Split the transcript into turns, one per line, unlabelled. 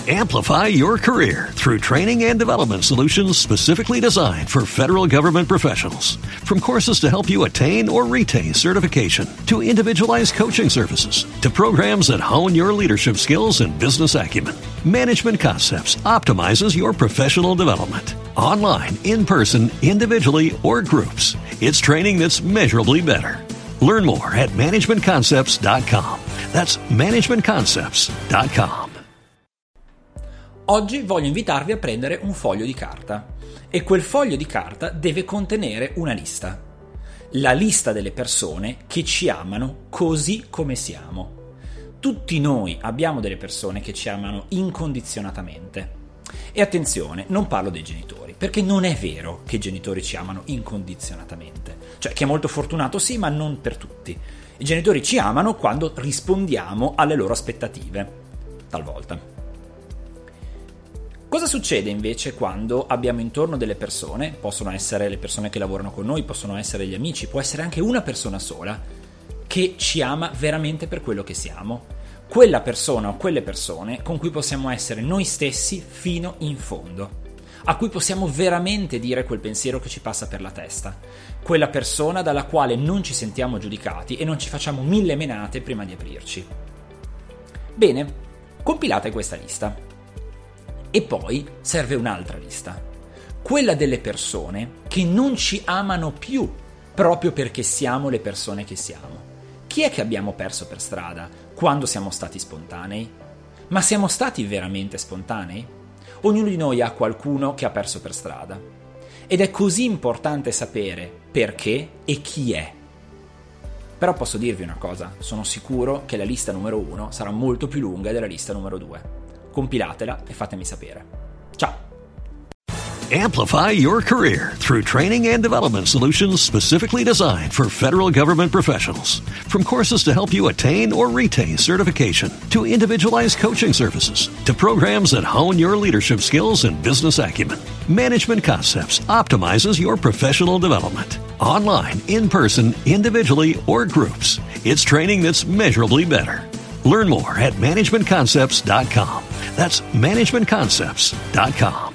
Amplify your career through training and development solutions specifically designed for federal government professionals. From courses to help you attain or retain certification, to individualized coaching services, to programs that hone your leadership skills and business acumen, Management Concepts optimizes your professional development. Online, in person, individually, or groups, it's training that's measurably better. Learn more at managementconcepts.com. That's managementconcepts.com.
Oggi voglio invitarvi a prendere un foglio di carta e quel foglio di carta deve contenere una lista. La lista delle persone che ci amano così come siamo. Tutti noi abbiamo delle persone che ci amano incondizionatamente. E attenzione, non parlo dei genitori, perché non è vero che i genitori ci amano incondizionatamente. Cioè, che è molto fortunato sì, ma non per tutti. I genitori ci amano quando rispondiamo alle loro aspettative, talvolta. Cosa succede invece quando abbiamo intorno delle persone, possono essere le persone che lavorano con noi, possono essere gli amici, può essere anche una persona sola, che ci ama veramente per quello che siamo? Quella persona o quelle persone con cui possiamo essere noi stessi fino in fondo, a cui possiamo veramente dire quel pensiero che ci passa per la testa, quella persona dalla quale non ci sentiamo giudicati e non ci facciamo 1000 menate prima di aprirci. Bene, compilate questa lista. E poi serve un'altra lista, quella delle persone che non ci amano più proprio perché siamo le persone che siamo. Chi è che abbiamo perso per strada quando siamo stati spontanei? Ma siamo stati veramente spontanei? Ognuno di noi ha qualcuno che ha perso per strada. Ed è così importante sapere perché e chi è. Però posso dirvi una cosa, sono sicuro che la lista numero 1 sarà molto più lunga della lista numero 2. Compilatela e fatemi sapere. Ciao!
Amplify your career through training and development solutions specifically designed for federal government professionals. From courses to help you attain or retain certification, to individualized coaching services, to programs that hone your leadership skills and business acumen, Management Concepts optimizes your professional development. Online, in person, individually, or groups, it's training that's measurably better. Learn more at managementconcepts.com. That's managementconcepts.com.